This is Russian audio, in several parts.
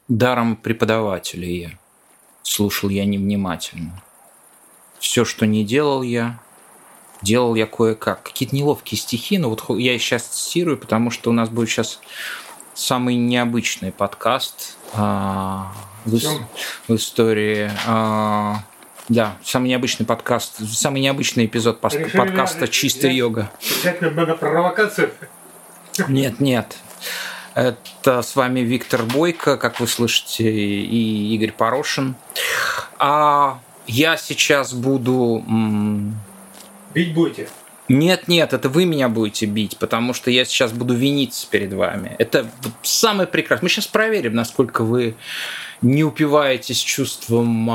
Даром преподавателя я. Слушал я невнимательно. Все, что не делал я кое-как. Какие-то неловкие стихи, но вот я их сейчас цитирую, потому что у нас будет сейчас самый необычный подкаст в истории. Да, самый необычный подкаст, самый необычный эпизод подкаста «Чистая йога». Провокацию? Нет. Это с вами Виктор Бойко, как вы слышите, и Игорь Порошин. А я сейчас буду... Бить будете? Нет, это вы меня будете бить, потому что я сейчас буду виниться перед вами. Это самое прекрасное. Мы сейчас проверим, насколько вы не упиваетесь чувством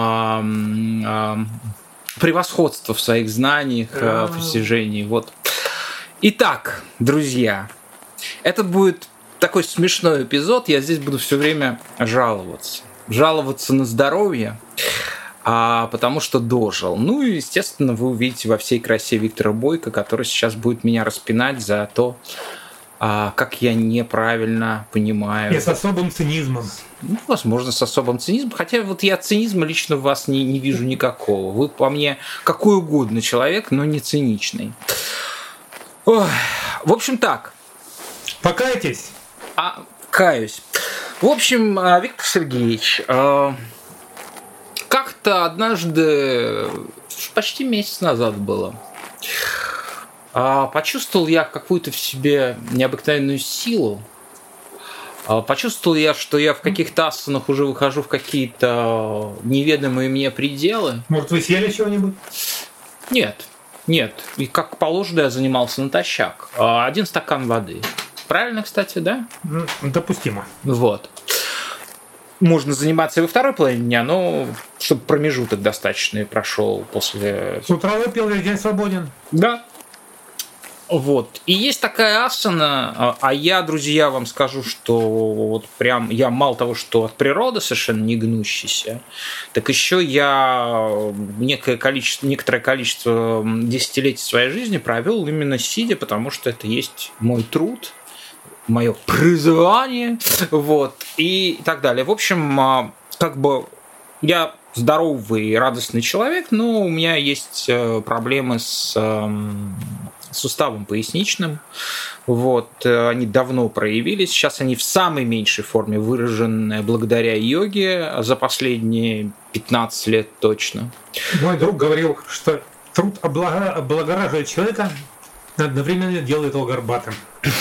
превосходства в своих знаниях, постижении. Вот. Итак, друзья, это будет такой смешной эпизод. Я здесь буду все время жаловаться на здоровье, потому что дожил. Ну и, естественно, вы увидите во всей красе Виктора Бойко, который сейчас будет меня распинать за то, как я неправильно понимаю. И с особым цинизмом. Ну, возможно, с особым цинизмом. Хотя вот я цинизма лично в вас не вижу никакого. Вы по мне какой угодно человек, но не циничный. Ой. В общем, так. Покайтесь. Каюсь. В общем, Виктор Сергеевич, как-то однажды, почти месяц назад было, почувствовал я какую-то в себе необыкновенную силу. Почувствовал я, что я в каких-то асанах уже выхожу в какие-то неведомые мне пределы. Может, вы съели чего-нибудь? Нет. И как положено, я занимался натощак. 1 стакан воды. Правильно, кстати, да? Допустимо. Вот. Можно заниматься и во второй половине дня, но чтобы промежуток достаточный прошел после... С утра выпил, весь день свободен. Да. Вот. И есть такая асана, а я, друзья, вам скажу, что вот прям я мало того, что от природы совершенно не гнущийся, так еще я некоторое количество десятилетий своей жизни провел именно сидя, потому что это есть мой труд, мое призвание, вот, и так далее. В общем, как бы я здоровый и радостный человек, но у меня есть проблемы с суставом поясничным. Вот, они давно проявились. Сейчас они в самой меньшей форме выражены благодаря йоге за последние 15 лет точно. Мой друг говорил, что труд облагораживает человека, одновременно делает его горбатым.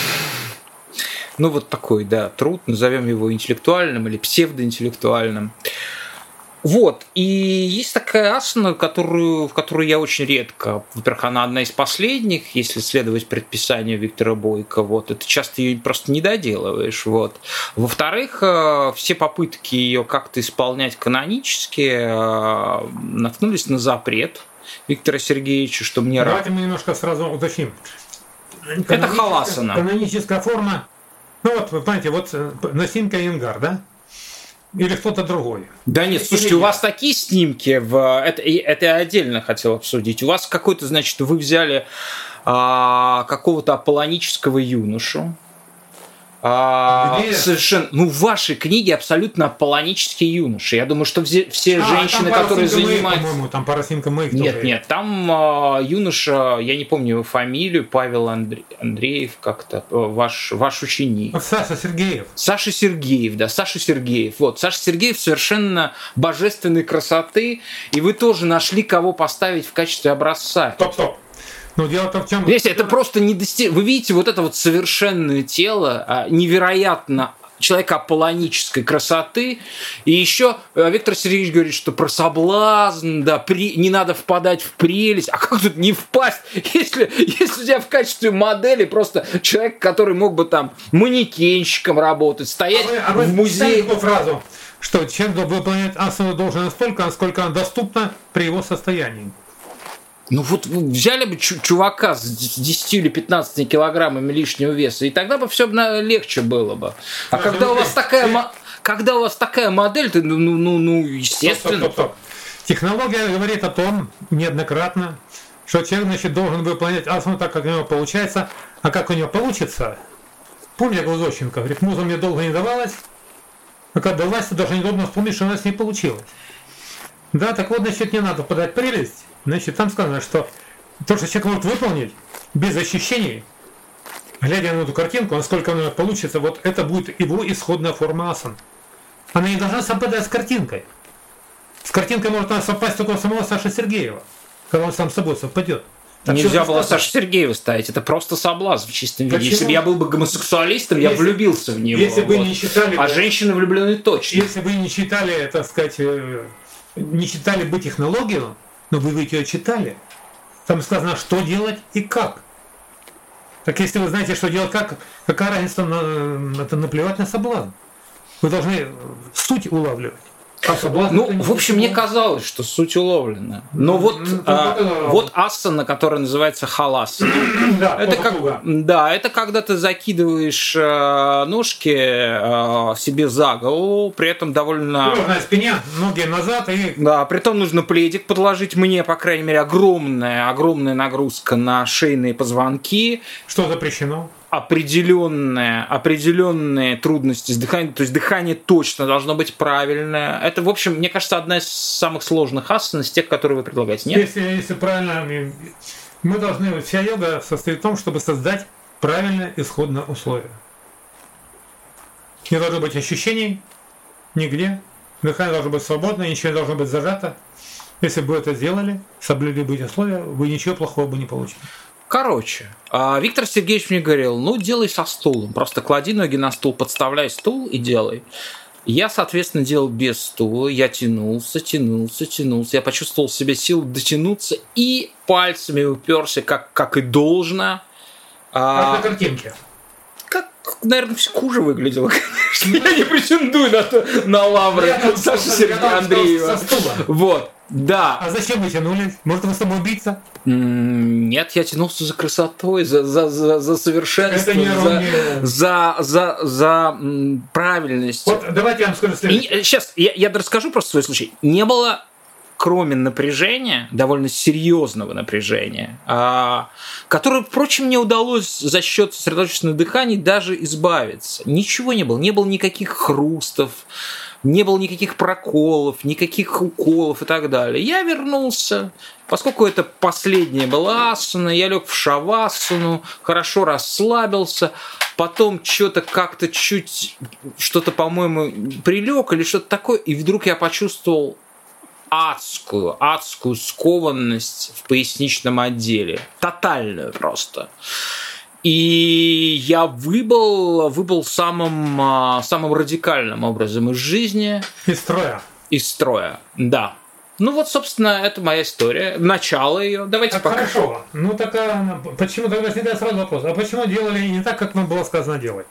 Ну, вот такой, да, труд, назовем его интеллектуальным или псевдоинтеллектуальным. Вот, и есть такая асана, в которую я очень редко, во-первых, она одна из последних, если следовать предписанию Виктора Бойко, вот, это часто ее просто не доделываешь, вот. Во-вторых, все попытки ее как-то исполнять канонически наткнулись на запрет Виктора Сергеевича, что мне... Давайте мы немножко сразу уточним. Это халасана. Каноническая форма, ну вот, вы понимаете, вот Насимка Иенгар, да? Или кто-то другой? Да нет, слушайте, у вас такие снимки, это я отдельно хотел обсудить. У вас какой-то, значит, вы взяли какого-то аполлонического юношу. Совершенно, в вашей книге абсолютно аполлонические юноши. Я думаю, что все женщины, которые занимаются... По-моему, там пара снимка моих. Нет, там юноша, я не помню его фамилию, Павел Андреев как-то, ваш ученик. Саша Сергеев. Саша Сергеев. Вот, Саша Сергеев совершенно божественной красоты, и вы тоже нашли, кого поставить в качестве образца. Стоп. Но дело-то в чем... Видите, это просто Вы видите вот это вот совершенное тело, невероятно человека аполлонической красоты. И еще Виктор Сергеевич говорит, что про соблазн, не надо впадать в прелесть. А как тут не впасть, если у тебя в качестве модели просто человек, который мог бы там манекенщиком работать, стоять в музее. Такую фразу, что человек выполнять асану должен настолько, насколько она доступна при его состоянии. Ну вот взяли бы чувака с 10 или 15 килограммами лишнего веса, и тогда бы все легче было бы. А когда у вас такая модель, то, естественно... Стоп. Технология говорит о том неоднократно, что человек, значит, должен выполнять асану так, как у него получается, а как у него получится. Помните, как у Зощенко говорит, муза мне долго не давалась, А когда власти даже неудобно вспомнить, что у нас не получилось. Да, так вот, значит, не надо подать прелесть. Значит, там сказано, что то, что человек может выполнить без ощущений, глядя на эту картинку, насколько она получится, вот это будет его исходная форма асан. Она не должна совпадать с картинкой. С картинкой может она совпасть только у самого Саши Сергеева, когда он сам с собой совпадет. Так нельзя было Сашу Сергеева ставить, это просто соблазн в чистом виде. Почему? Если бы я был бы гомосексуалистом, я влюбился в него. Если бы не считали... А женщины влюблены точно. Если вы не читали, так сказать, не читали бы технологию, но вы ведь ее читали, там сказано, что делать и как. Так если вы знаете, что делать, как, какая разница, это наплевать на соблазн. Вы должны суть улавливать. Ну, в общем, мне казалось, что суть уловлена. Но вот асана, которая называется халасана, это когда ты закидываешь ножки себе за голову, при этом довольно... На спине, ноги назад и... Да, при этом нужно пледик подложить. Мне, по крайней мере, огромная нагрузка на шейные позвонки. Что запрещено? Определенные трудности с дыханием, то есть дыхание точно должно быть правильное. Это, в общем, мне кажется, одна из самых сложных асан из тех, которые вы предлагаете. Нет? Если правильно, мы должны, вся йога состоит в том, чтобы создать правильное исходное условие. Не должно быть ощущений нигде, дыхание должно быть свободно, ничего не должно быть зажато. Если бы вы это сделали, соблюли бы эти условия, вы ничего плохого бы не получили. Короче, Виктор Сергеевич мне говорил, ну, делай со стулом. Просто клади ноги на стул, подставляй стул и делай. Я, соответственно, делал без стула. Я тянулся. Я почувствовал в себе силу дотянуться и пальцами уперся, как и должно. Как на картинке. Как, наверное, все хуже выглядело, конечно. Я не претендую на лавры Саши Сергея Андреева. Вот. Да. А зачем вы тянулись? Может, вы самоубийца? Нет, я тянулся за красотой, за совершенством, за правильность. Вот давайте я вам скажу следующее. Сейчас, я расскажу просто свой случай. Не было, кроме напряжения, довольно серьезного напряжения, которое, впрочем, мне удалось за счет сосредоточенного дыхания даже избавиться. Ничего не было. Не было никаких хрустов, не было никаких проколов, никаких уколов и так далее. Я вернулся, поскольку это последняя была асана, я лег в шавасану, хорошо расслабился, потом что-то как-то что-то, по-моему, прилег или что-то такое, и вдруг я почувствовал адскую скованность в поясничном отделе. Тотальную просто. И я выбыл самым радикальным образом из жизни. Из строя, да. Ну вот, собственно, это моя история. Начало ее. Давайте пока. Хорошо. Ну так почему тогда возникает сразу вопрос? А почему делали не так, как вам было сказано делать?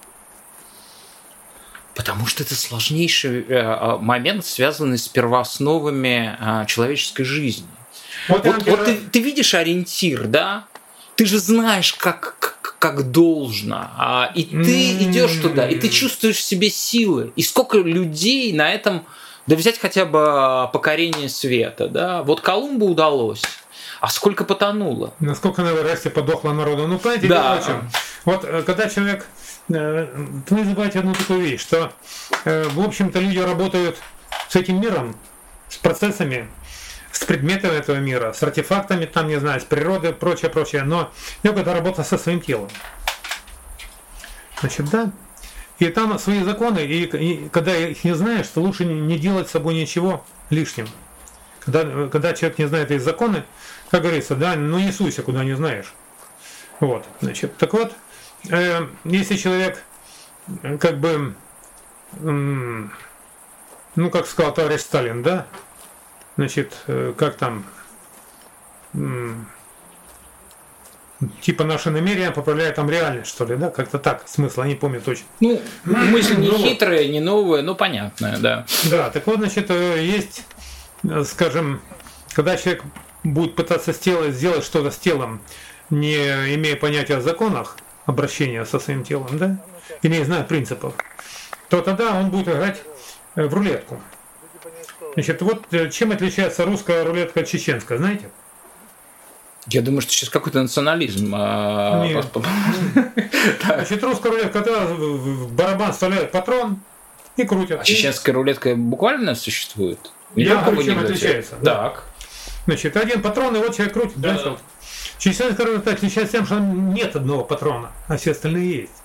Потому что это сложнейший момент, связанный с первоосновами человеческой жизни. Вот ты видишь ориентир, да? Ты же знаешь, как должно. И ты идешь туда, и ты чувствуешь в себе силы. И сколько людей на этом... Да взять хотя бы покорение света. Да? Вот Колумбу удалось. А сколько потонуло? Насколько на Эвересте подохло народу. Ну, понимаете, да. Вот когда человек... Вы не забывайте одну такую вещь, что, в общем-то, люди работают с этим миром, с процессами, с предметами этого мира, с артефактами, там, не знаю, с природой, прочее, но йога — это работа со своим телом. Значит, да. И там свои законы, и когда их не знаешь, то лучше не делать с собой ничего лишним. Когда человек не знает эти законы, как говорится, да, ну не суйся, куда не знаешь. Вот, значит, так вот, если человек, как бы, ну, как сказал товарищ Сталин, да, значит, как там, типа наше намерение поправляет там реальность, что ли, да, как-то так, смысл, я не помню точно. Ну, мысль не хитрая, не новая, но понятная, да. Да, так вот, значит, есть, скажем, когда человек будет пытаться сделать что-то с телом, не имея понятия о законах обращения со своим телом, да, и не зная принципов, то тогда он будет играть в рулетку. Значит, вот чем отличается русская рулетка от чеченская, знаете? Я думаю, что сейчас какой-то национализм. Значит, русская рулетка, когда в барабан вставляют патрон, и крутят. А чеченская рулетка буквально существует? Я говорю, чем отличается. Так. Значит, один патрон, и вот человек крутит. Да. Да? Чеченская рулетка отличается тем, что нет одного патрона, а все остальные есть.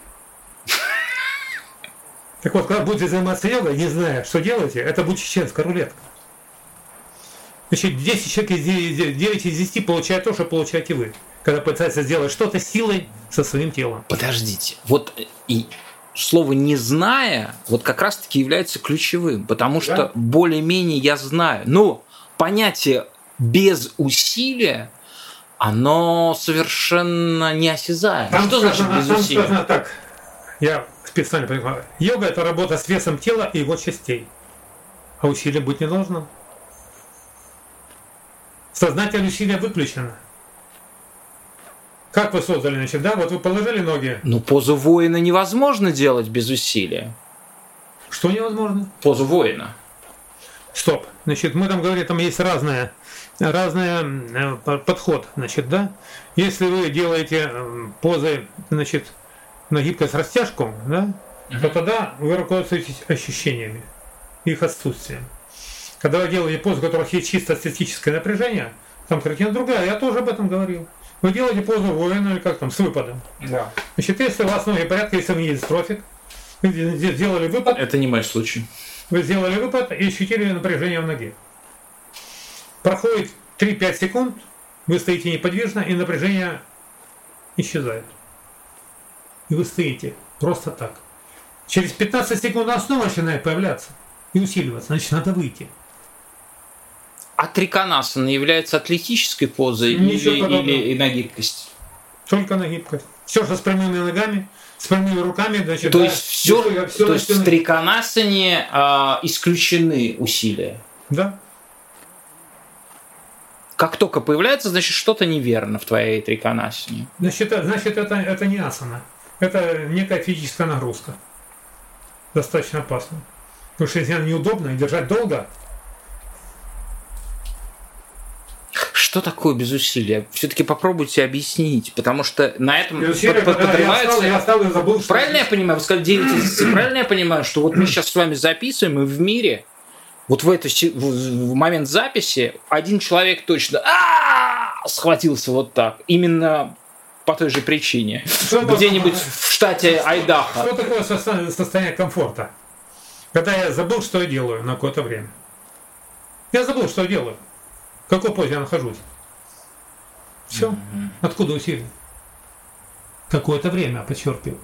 Так вот, когда будете заниматься йогой, не зная, что делаете, это будет чеченская рулетка. Значит, 10 человек из 9 из 10 получают то, что получаете вы, когда пытаются сделать что-то силой со своим телом. Подождите, вот и слово «не зная» вот как раз-таки является ключевым, потому что более-менее я знаю. Но понятие «без усилия», оно совершенно неосязаемо. Что значит «без усилия»? Сказано так, я специально понимаю. Йога – это работа с весом тела и его частей. А усилия быть не должно. Сознательное усилие выключено. Как вы создали, значит, да? Вот вы положили ноги. Ну, позу воина невозможно делать без усилия. Что невозможно? Позу воина. Стоп. Значит, мы там говорим, там есть разный подход, значит, да? Если вы делаете позы, значит, на гибкость растяжку, да, то тогда вы руководствуетесь ощущениями, их отсутствием. Когда вы делаете позу, у которых есть чисто эстетическое напряжение, там картина другая, я тоже об этом говорил. Вы делаете позу воина или как там, с выпадом. Да. Значит, если у вас ноги в порядке, если вы не дистрофик, вы сделали выпад. Это не мой случай. Вы сделали выпад и ощутили напряжение в ноге. Проходит 3-5 секунд, вы стоите неподвижно, и напряжение исчезает. И вы стоите просто так. Через 15 секунд оно снова начинает появляться и усиливаться, значит, надо выйти. А триконасана является атлетической позой или на гибкость? Только на гибкость. Все, что с прямыми ногами, с прямыми руками, значит, то есть все то есть в триконасане исключены усилия? Да. Как только появляется, значит, что-то неверно в твоей триконасане. Значит, это не асана. Это некая физическая нагрузка. Достаточно опасная. Потому что если она неудобна и держать долго. Что такое без усилия? Все-таки попробуйте объяснить, потому что на этом подрывается. Я встал и забыл, что... Правильно я понимаю? Вы сказали 9 правильно я понимаю, что вот мы сейчас с вами записываем, и в мире вот в момент записи один человек точно схватился вот так. Именно по той же причине. Где-нибудь в штате Айдахо. Что такое состояние комфорта? Когда я забыл, что я делаю на какое-то время. Я забыл, что я делаю. В какой позе я нахожусь. Все. Откуда усилие? Какое-то время, подчеркиваю.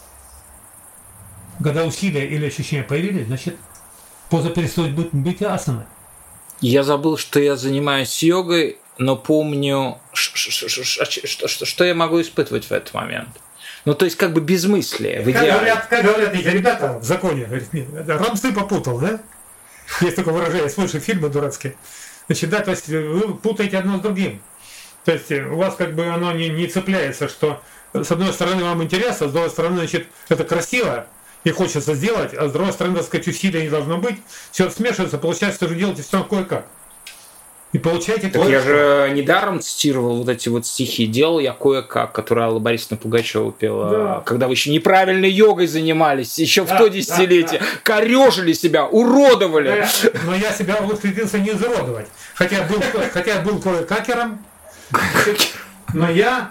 Когда усилия или ощущения появились, значит, поза перестает быть асаной. Я забыл, что я занимаюсь йогой, но помню, что я могу испытывать в этот момент. Ну, то есть, как бы безмыслие. Как говорят эти ребята в законе, Рамсы попутал, да? Есть такое выражение, слушай, фильмы дурацкие. Значит, да, то есть вы путаете одно с другим. То есть у вас как бы оно не цепляется, что с одной стороны вам интересно, с другой стороны, значит, это красиво и хочется сделать, а с другой стороны, так сказать, усилия не должно быть. Все смешивается, получается, что вы делаете все кое-как. И получаете так я же недаром цитировал вот эти вот стихи «Делал я кое-как», которые Алла Борисовна Пугачева пела, да. Когда вы еще неправильной йогой занимались, еще в то десятилетие, корежили себя, уродовали. Да. Но я себя стремился не изуродовать. Хотя я был кое-какером, но я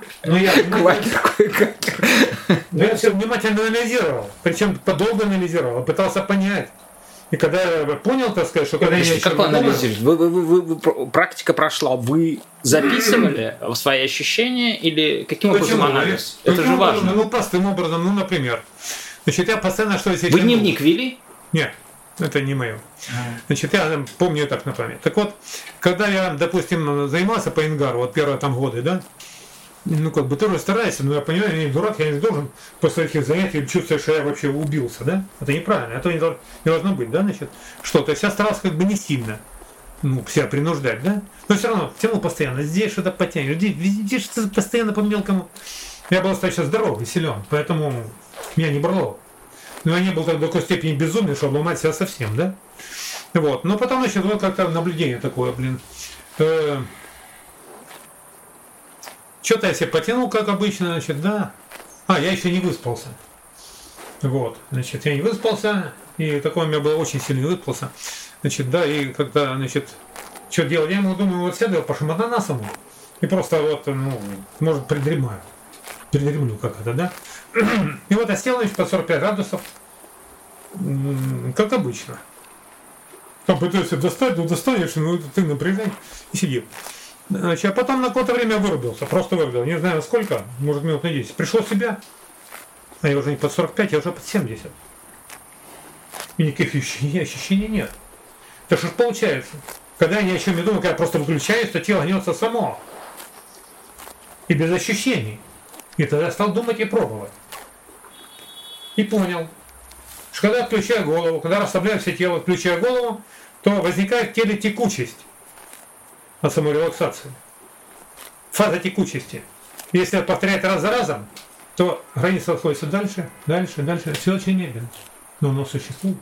все внимательно анализировал, причем подолго анализировал, пытался понять. И когда я понял, так сказать, что когда я как вы анализируете? Вы практика прошла, вы записывали свои ощущения или каким образом анализ? Это же важно. Ну, простым образом, ну, например. Значит, я постоянно что если... Вы дневник вели? Нет, это не мое. Значит, я помню так на память. Так вот, когда я, допустим, занимался по Ингару, вот первые там годы, да, ну, как бы тоже старайся, но я понимаю, я не дурак, я не должен после этих занятий чувствовать, что я вообще убился, да? Это неправильно, это не должно быть, да, значит, что? То есть я старался как бы не сильно, ну, себя принуждать, да? Но все равно тянул постоянно, здесь что-то потянешь, везде что-то постоянно по мелкому. Я был достаточно здоров и силен, поэтому меня не брало. Но я не был до такой степени безумный, чтобы ломать себя совсем, да? Вот, но потом, значит, вот как-то наблюдение такое, блин. Что-то я себе потянул, как обычно, значит, да. Я еще не выспался. Вот, значит, я не выспался, и такой у меня был очень сильный выплылся. Значит, да, и когда, значит, что делать? Я ему думаю, вот сяду по шамананасому и просто вот, ну, может, передремлю как это, да? И вот я сел, значит, под 45 градусов, как обычно. Там пытаешься достать, ну достанешь, ну ты напряжай и сидел. Значит, а потом на какое-то время вырубился, просто вырубил, не знаю сколько, может минут на 10. Пришел в себя, а я уже не под 45, я уже под 70. И никаких ощущений нет. Это что ж получается? Когда я ни о чем не думаю, когда я просто выключаюсь, то тело гнется само. И без ощущений. И тогда я стал думать и пробовать. И понял, что когда я включаю голову, когда расслабляю все тело, включаю голову, то возникает в теле текучесть от самой релаксации. Фаза текучести. Если повторять раз за разом, то граница отходит дальше, дальше, дальше. Все очень медленно. Но оно существует.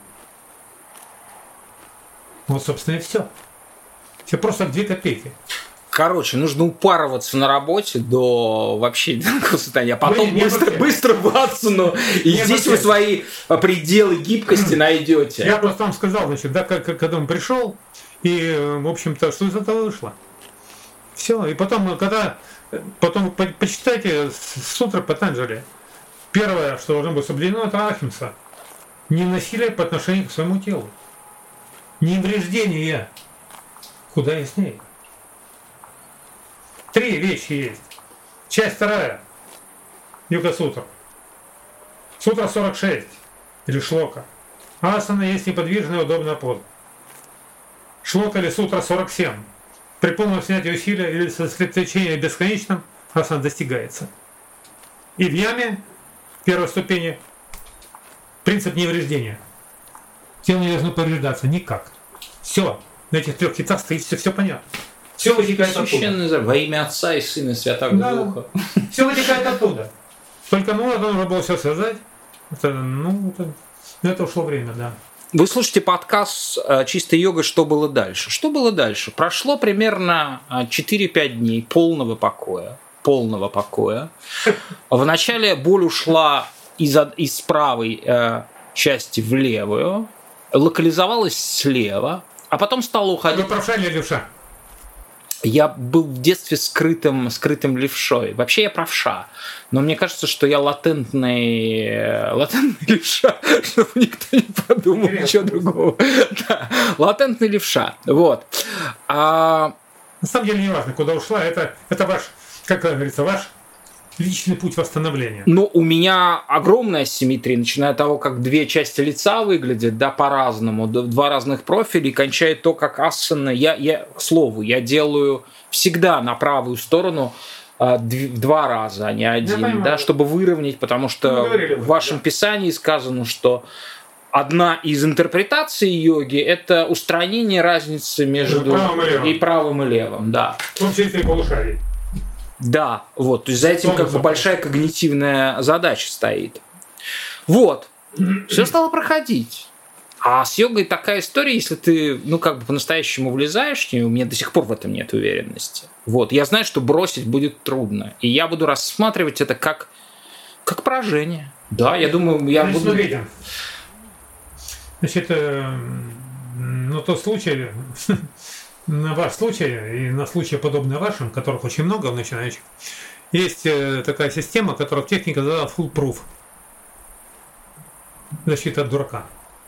Вот, собственно, и все. Все просто 2 копейки. Короче, нужно упарываться на работе до вообще такого состояния, а потом быстро в Ассану, и здесь вы свои пределы гибкости найдете. Я просто вам сказал, значит, да, когда он пришел, и, в общем-то, что из этого вышло. Все, и потом, потом почитайте Сутры Патанджали. Первое, что должно быть соблюдено, это ахимса. Не насилие по отношению к своему телу. Не вреждение. Куда и с ней. 3 вещи есть. Часть 2. Йога-сутра. Сутра 46. Или шлока. Асана есть неподвижная удобная поза. Шлока или сутра 47. При полном снятии усилия или сосредоточении бесконечном асана достигается. И в яме первой ступени принцип невреждения. Тело не должно повреждаться никак. Все. На этих 3 китах стоит все понятно. Все вытекает оттуда. Во имя Отца и Сына и Святого Духа. Все вытекает оттуда. Только нужно было все связать. Это ушло время, да. Вы слушаете подкаст «Чистая йога. Что было дальше?». Что было дальше? Прошло примерно 4-5 дней полного покоя. Вначале боль ушла из правой части в левую, локализовалась слева, а потом стала уходить... Вы правша или левша? Я был в детстве скрытым левшой. Вообще я правша. Но мне кажется, что я латентный левша, чтобы никто не подумал ничего другого. Да, латентный левша. Вот. На самом деле не важно, куда ушла. Это ваш, как говорится, ваш личный путь восстановления. Ну, у меня огромная асимметрия, начиная от того, как 2 части лица выглядят, да, по-разному, 2 разных профиля, кончая то, как асана. Я, к слову, я делаю всегда на правую сторону 2 раза, а не 1, да, чтобы выровнять, потому что в вашем писании сказано, что одна из интерпретаций йоги – это устранение разницы между правым и левым. Да. В том числе и полушарий. Да, вот, то есть за этим как бы большая когнитивная задача стоит. Вот, все стало проходить. А с йогой такая история, если ты, как бы по-настоящему влезаешь в нее, у меня до сих пор в этом нет уверенности. Вот, я знаю, что бросить будет трудно. И я буду рассматривать это как поражение. Да, я думаю, я буду... Смотрите. Значит, тот случай... На ваш случай и на случаи, подобные вашим, которых очень много у начинающих, есть такая система, которая в технике называется full proof. Защита от дурака.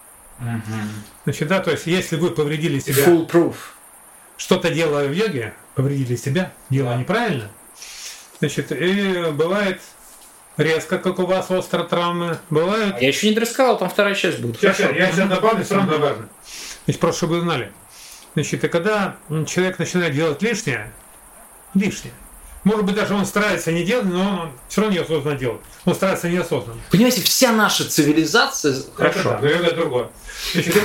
Значит, да, то есть, если вы повредили себя, full proof. Что-то делая в йоге, повредили себя, делая неправильно, значит, и бывает резко, как у вас, острая травма, бывает... Я еще не рассказал, там 2 часть будет. Я сейчас добавлю, все равно важно. Значит, просто чтобы вы знали. Значит, и когда человек начинает делать лишнее, может быть, даже он старается не делать, но он все равно неосознанно делает. Он старается неосознанно. Понимаете, вся наша цивилизация... Хорошо. Да, это другое. Значит,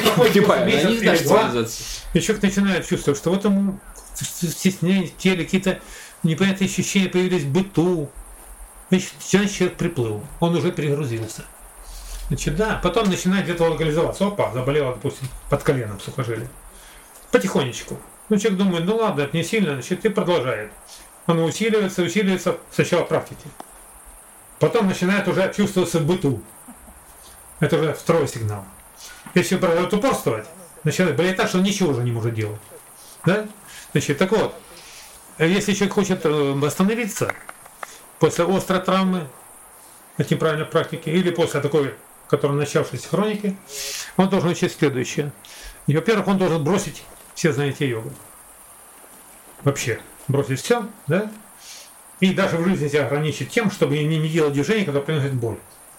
и человек начинает чувствовать, что в этом стеснении в теле какие-то непонятные ощущения появились в быту. Значит, человек приплыл, он уже перегрузился. Значит, да, потом начинает где-то локализоваться. Опа, заболело, допустим, под коленом сухожилие. Потихонечку. Человек думает, ладно, это не сильно, значит, и продолжает. Оно усиливается сначала в практике. Потом начинает уже чувствоваться в быту. Это уже 2 сигнал. Если продолжает упорствовать, начинает болеть так, что он ничего уже не может делать. Да? Значит, так вот, если человек хочет восстановиться после острой травмы от неправильной практики или после такой, которая начавшейся хроники, он должен учить следующее. И, во-первых, он должен бросить все занятия йогой. Вообще, бросить все, да? И даже в жизни себя ограничить тем, чтобы не делать движений, которые приносят боль.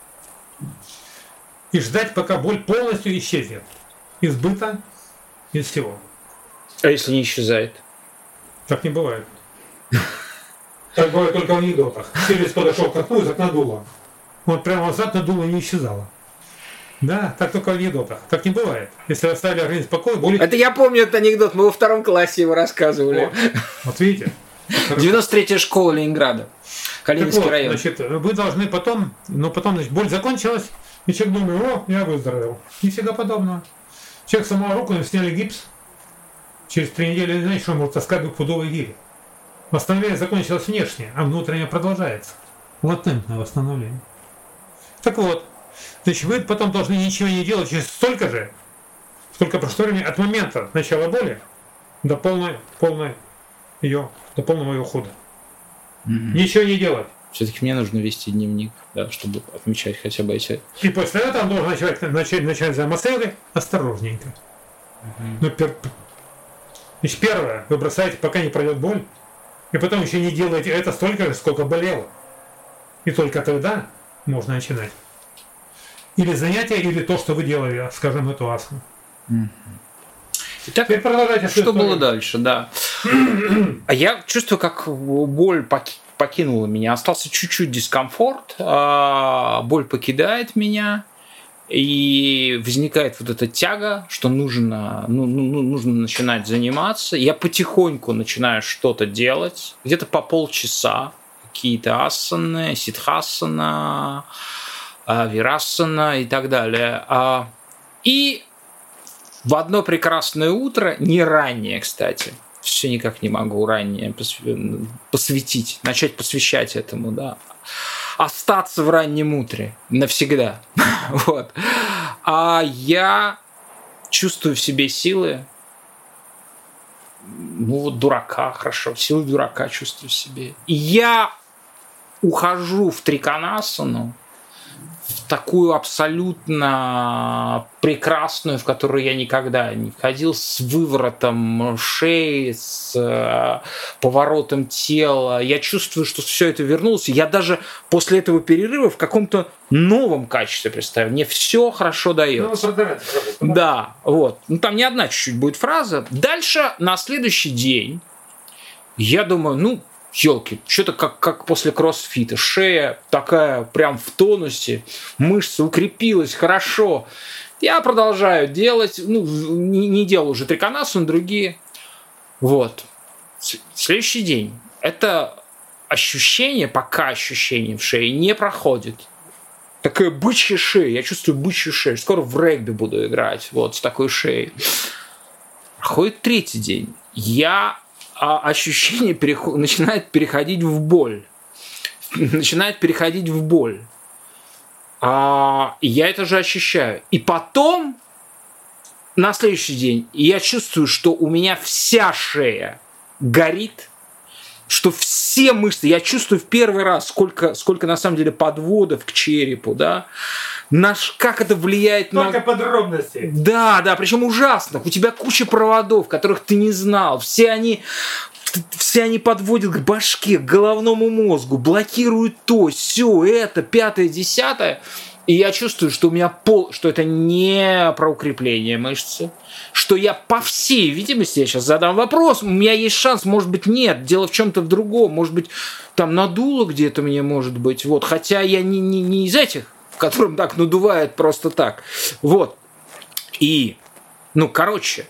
И ждать, пока боль полностью исчезнет. Из быта, из всего. А если не исчезает? Так не бывает. Так бывает только в анекдотах. Сириус подошел к окну, из окна дуло. Вот прямо назад надуло и не исчезало. Да, так только в анекдотах. Так не бывает. Если оставили организм в покое, боль... Это я помню этот анекдот, мы во 2 классе его рассказывали. Вот видите? 93-я школа Ленинграда. Калининский вот, район. Значит, вы должны потом, значит, боль закончилась, и человек думает, о, я выздоровел. Нифига подобного. Человек сломал руку, им сняли гипс. Через 3 недели, знаете, что он может таскать 2-пудовые гири. Восстановление закончилось внешне, а внутреннее продолжается. Латентное восстановление. Так вот, значит, вы потом должны ничего не делать через столько прошло времени от момента начала боли до полного ее ухода. Ничего не делать. Все-таки мне нужно вести дневник, да, чтобы отмечать хотя бы эти... И после этого он должен начать самоцелы осторожненько. Значит, первое, вы бросаете, пока не пройдет боль, и потом еще не делаете это столько же, сколько болело. И только тогда можно начинать. Или занятие, или то, что вы делали, скажем, эту асану. Итак, теперь продолжайте. Что было дальше, да. А я чувствую, как боль покинула меня. Остался чуть-чуть дискомфорт, боль покидает меня, и возникает вот эта тяга, что нужно начинать заниматься. Я потихоньку начинаю что-то делать, где-то по полчаса, какие-то асаны, сидхасана, вирасана и так далее. И в одно прекрасное утро, не раннее, кстати, все никак не могу ранее посвятить, начать посвящать этому, да, остаться в раннем утре навсегда. Вот. А я чувствую в себе силы, дурака, хорошо, силы дурака чувствую в себе. И я ухожу в триконасану, в такую абсолютно прекрасную, в которую я никогда не входил, с выворотом шеи, с поворотом тела. Я чувствую, что все это вернулось. Я даже после этого перерыва в каком-то новом качестве представляю. Мне все хорошо дается. Да, вот. Там не одна чуть-чуть будет фраза. Дальше, на следующий день, я думаю, ёлки, что-то как после кроссфита. Шея такая прям в тонусе, мышца укрепилась хорошо. Я продолжаю делать, не делаю уже триконасану, другие. Вот. Следующий день. Это ощущение, пока ощущение в шее не проходит. Такая бычья шея. Я чувствую бычью шею. Скоро в регби буду играть. Вот с такой шеей. Проходит 3-й день. Ощущение начинает переходить в боль. Я это же ощущаю. И потом, на следующий день, я чувствую, что у меня вся шея горит, что все мышцы, я чувствую в первый раз, сколько на самом деле подводов к черепу, да, как это влияет на... Только подробности. Да, причем ужасно. У тебя куча проводов, которых ты не знал. Все они подводят к башке, к головному мозгу, блокируют то, сё, это, 5-е, 10-е. И я чувствую, что у меня что это не про укрепление мышцы, что я, по всей видимости, я сейчас задам вопрос, у меня есть шанс, может быть, нет, дело в чем-то в другом, может быть, там надуло где-то мне, может быть, вот, хотя я не из этих, которым так надувает просто так. Вот. И, короче,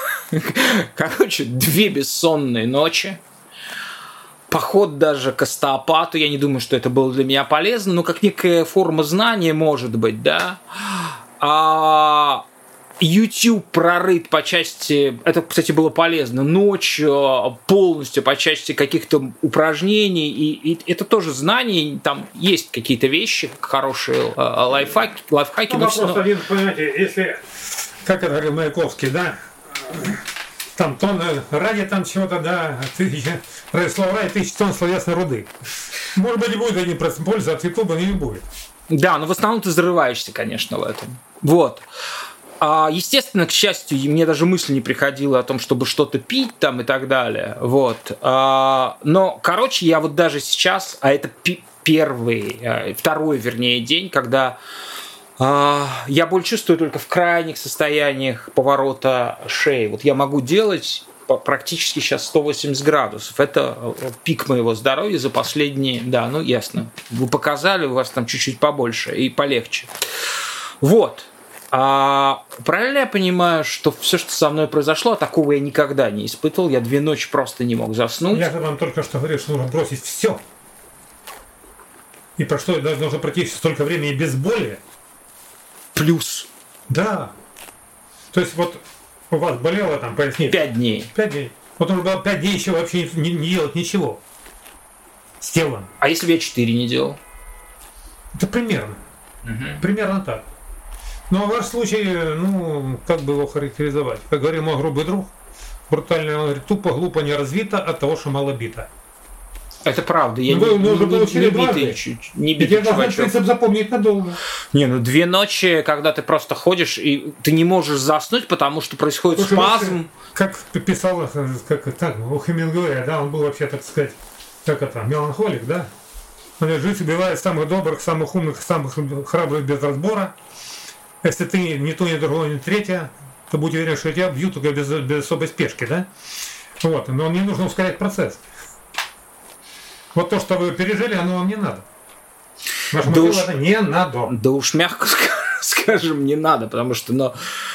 2 бессонные ночи. Поход даже к остеопату. Я не думаю, что это было для меня полезно, но как некая форма знания, может быть, да. YouTube прорыт по части, это, кстати, было полезно, ночью полностью по части каких-то упражнений, и это тоже знания, там есть какие-то вещи, хорошие лайфхаки. Ну, вопрос один, понимаете, если, как это говорил Маяковский, да, там тонны ради там чего-то, да, ради слова ради 1000 тонн словесной руды. Может быть, и будет один польза от Ютуба, но не будет. Да, но в основном ты взрываешься, конечно, в этом. Вот. Естественно, к счастью, мне даже мысль не приходила о том, чтобы что-то пить там и так далее. Вот. Но, короче, я вот даже сейчас, а это второй, вернее, день, когда я боль чувствую только в крайних состояниях поворота шеи. Вот я могу делать практически сейчас 180 градусов. Это пик моего здоровья за последние... Да, ну ясно. Вы показали, у вас там чуть-чуть побольше и полегче. Вот. Правильно я понимаю, что все, что со мной произошло, такого я никогда не испытывал. Я 2 ночи просто не мог заснуть. Я же вам только что говорил, что нужно бросить все. И про что должно пройти столько времени без боли. Плюс. Да. То есть вот у вас болело там поясница. 5 дней. 5 дней. Вот нужно было 5 дней еще вообще не делать ничего. С телом. А если бы я 4 не делал? Это примерно. Примерно так. Но в вашем случае, ну, как бы его характеризовать? Как говорил мой грубый друг, брутально, он говорит, тупо, глупо, не развито от того, что мало бито. Это правда. Я не битый чувачок. Принцип запомнить надолго. Не, ну 2 ночи, когда ты просто ходишь, и ты не можешь заснуть, потому что происходит спазм. Как писал, как так, у Хемингуэя, да, он был вообще, так сказать, как это, меланхолик, да? Он говорит, жизнь убивает самых добрых, самых умных, самых храбрых без разбора. Если ты ни то, ни другое, ни третье, то будь уверен, что тебя бьют только без особой спешки, да? Вот, но мне нужно ускорять процесс. Вот то, что вы пережили, оно вам не надо. Вашему телу это не надо. Да уж мягко скажем, не надо, потому что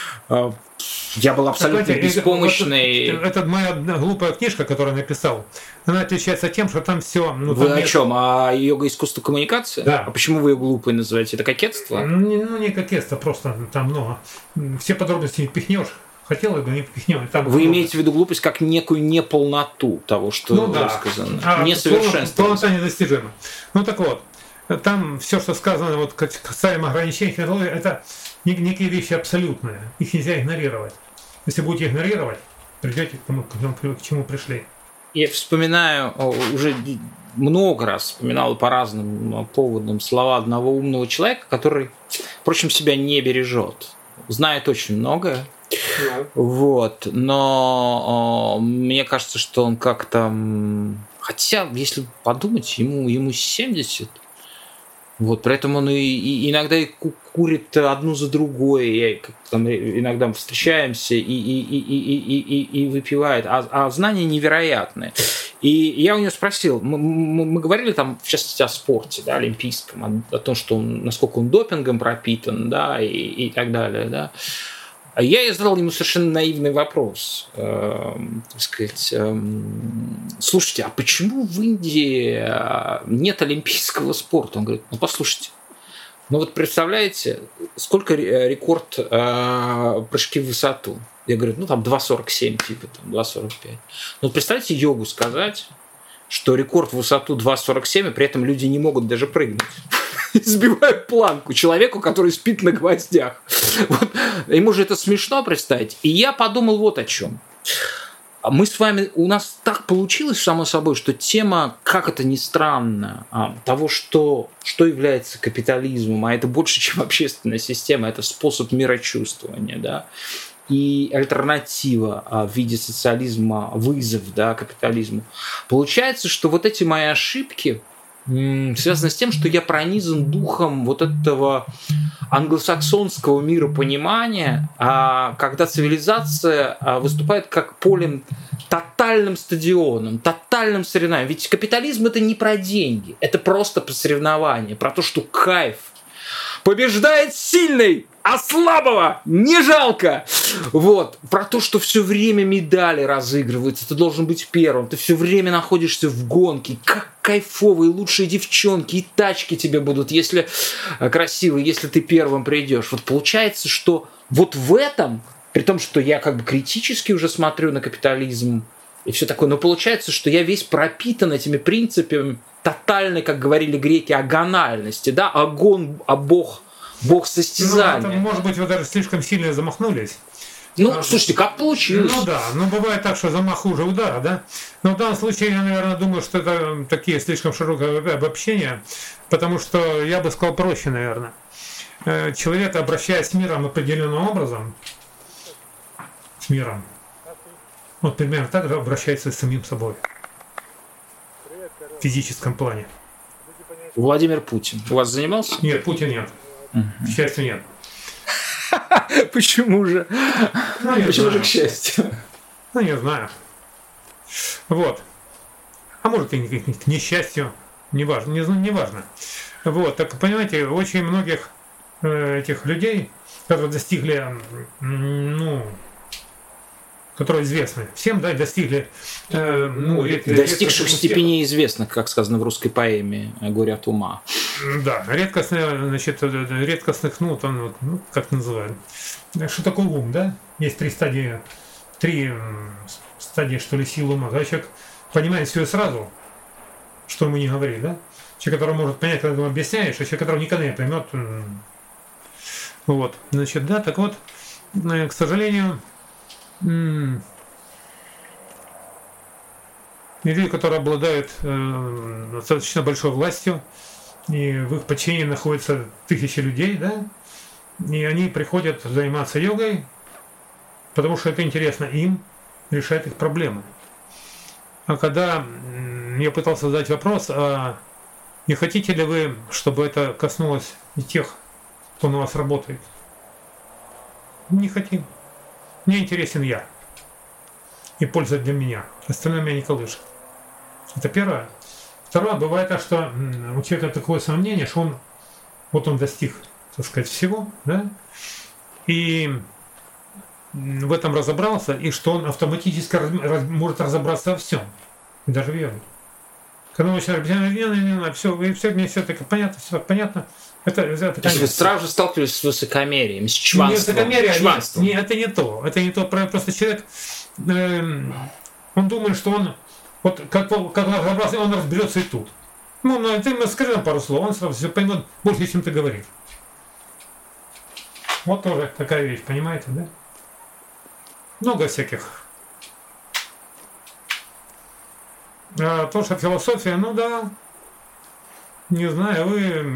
я был абсолютно беспомощный. Это моя глупая книжка, которую я написал, она отличается тем, что там все... Ну, вы о чем? О йога искусство коммуникации? Да. А почему вы ее глупой называете? Это кокетство? Ну, не кокетство, просто там много. Все подробности не впихнешь. Хотелось бы, не впихнем. Вы имеете в виду глупость как некую неполноту того, что сказано? Несовершенство. Полнота недостижима. Ну так вот, там все, что сказано вот, касаемо ограничений технологий, это некие вещи абсолютные. Их нельзя игнорировать. Если будете игнорировать, придете к чему пришли. Я вспоминаю, уже много раз вспоминал по разным поводам слова одного умного человека, который, впрочем, себя не бережет. Знает очень многое. Вот, но мне кажется, что он как-то... Хотя, если подумать, ему 70. Вот, при этом он и иногда и курит одну за другой, там, иногда мы встречаемся и выпивает, а знания невероятные. И я у него спросил, мы говорили там, в частности, о спорте, да, олимпийском, о том, что насколько он допингом пропитан, да, и так далее, да. А я задал ему совершенно наивный вопрос, так сказать, слушайте, а почему в Индии нет олимпийского спорта? Он говорит, ну послушайте, ну вот представляете, сколько рекорд прыжки в высоту? Я говорю, ну там 2,47, типа там 2,45. Ну представьте йогу сказать, что рекорд в высоту 2,47, и при этом люди не могут даже прыгнуть. Сбивают планку человеку, который спит на гвоздях. Вот. Ему же это смешно представить. И я подумал вот о чем. Мы с вами, у нас так получилось, само собой, что тема, как это ни странно, того, что является капитализмом, а это больше, чем общественная система, это способ мирочувствования, да, и альтернатива в виде социализма, вызов, да, капитализму. Получается, что вот эти мои ошибки связано с тем, что я пронизан духом вот этого англосаксонского миропонимания, когда цивилизация выступает как полем, тотальным стадионом, тотальным соревнованием. Ведь капитализм — это не про деньги, это просто про соревнование, про то, что кайф. Побеждает сильный, а слабого не жалко. Вот. Про то, что все время медали разыгрываются, ты должен быть первым, ты все время находишься в гонке. кайфово, и лучшие девчонки, и тачки тебе будут, если красивые, если ты первым придешь. Вот получается, что вот в этом, при том, что я как бы критически уже смотрю на капитализм и все такое, но получается, что я весь пропитан этими принципами тотальной, как говорили греки, агональности, да, агон, а бог состязания. Ну, это, может быть, вы даже слишком сильно замахнулись. Ну, слушайте, как получилось? Ну да, бывает так, что замах хуже удара, да? Но в данном случае я, наверное, думаю, что это такие слишком широкое обобщения, потому что я бы сказал проще, наверное. Человек, обращаясь с миром определенным образом, с миром, вот примерно так же обращается с самим собой. В физическом плане. Владимир Путин. У вас занимался? Нет, Путин нет. К счастью, нет. Почему же? Почему же, к счастью? Ну, не знаю. Вот. А может и к несчастью. Неважно. Неважно. Вот. Так, понимаете, очень многих этих людей, которые достигли, которые известны всем, да, достигли... достигших степени известных, как сказано в русской поэме «Горе от ума». Да, редкостных, как называют. Что такое ум, да? Есть три стадии, что ли, сил ума. Да? Человек понимает все сразу, что ему не говорит, да? Человек, который может понять, когда ему объясняешь, а человек, который никогда не поймет. Вот, значит, да, так вот, к сожалению, люди, которые обладают достаточно большой властью, и в их подчинении находятся тысячи людей, да, и они приходят заниматься йогой, потому что это интересно им, решает их проблемы. А когда я пытался задать вопрос, а не хотите ли вы, чтобы это коснулось и тех, кто на вас работает? Не хотим. Мне интересен я. И польза для меня. Остальное меня не колышет. Это первое. Второе, бывает так, что у человека такое сомнение, что он достиг, так сказать, всего, да, и в этом разобрался, и что он автоматически может разобраться во всем, даже в йоге. Когда он начинает, все, мне все это понятно, все понятно. Это вы сразу же сталкивались с высокомерием, с чванством. Высокомерие, это не то. Просто человек, он думает, что он, вот как разобрался, он разберется и тут. Ты ему скажи пару слов, он сразу все поймет больше, чем ты говоришь. Вот тоже такая вещь, понимаете, да? Много всяких. А то, что философия, не знаю,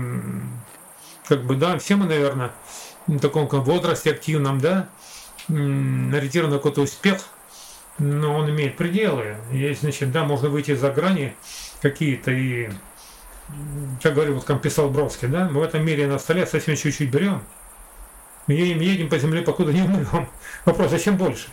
вы, все мы, наверное, в таком возрасте активном, да, ориентирован на какой-то успех, но он имеет пределы. Есть, значит, да, можно выйти за грани какие-то и, как говорил, вот как писал Бровский, да, мы в этом мире на столе совсем чуть-чуть берем, едем по земле, покуда не умрем. Вопрос, зачем больше?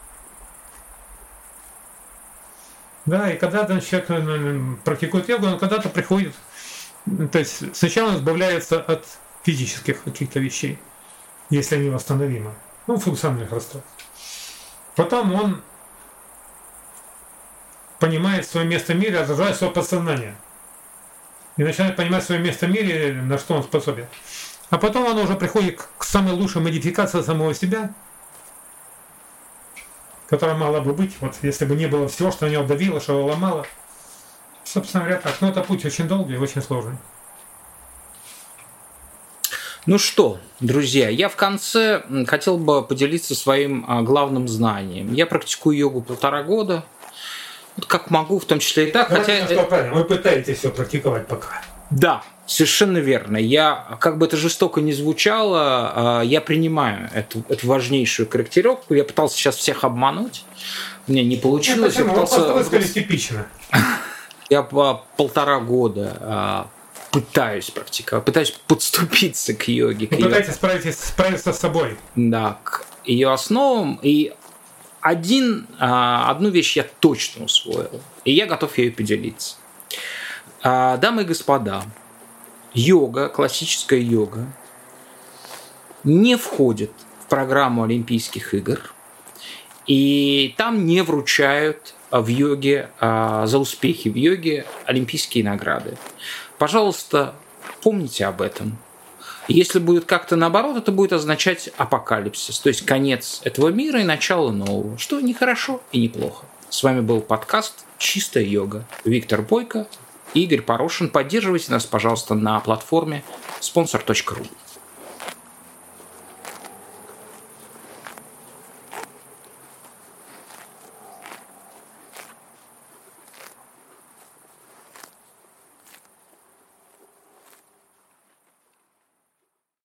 Да, и когда-то человек практикует йогу, он когда-то приходит, то есть сначала он избавляется от физических каких-то вещей, если они восстановимы, функциональных расстройств. Потом он понимает свое место в мире, отражает свое подсознание. И начинает понимать свое место в мире, на что он способен. А потом он уже приходит к самой лучшей модификации самого себя, которая могла бы быть, вот если бы не было всего, что меня давило, что его ломало. Собственно говоря, так. Это путь очень долгий и очень сложный. Ну что, друзья, я в конце хотел бы поделиться своим главным знанием. Я практикую йогу 1,5 года. Вот как могу, в том числе и так. Вы пытаетесь все практиковать пока. Да, совершенно верно. Я, как бы это жестоко ни звучало, я принимаю эту важнейшую корректировку. Я пытался сейчас всех обмануть. Мне не получилось. Почему? Вы сказали типично. Я 1,5 года пытаюсь практиковать, пытаюсь подступиться к йоге. Вы пытаетесь справиться с собой. Да, к ее основам. И одну вещь я точно усвоил. И я готов ею поделиться. Дамы и господа, йога, классическая йога, не входит в программу Олимпийских игр И там не вручают в йоге за успехи в йоге олимпийские награды. Пожалуйста, помните об этом. Если будет как-то наоборот, это будет означать апокалипсис, то есть конец этого мира и начало нового, что не хорошо и не плохо. С вами был подкаст «Чистая йога». Виктор Бойко, Игорь Порошин. Поддерживайте нас, пожалуйста, на платформе sponsor.ru.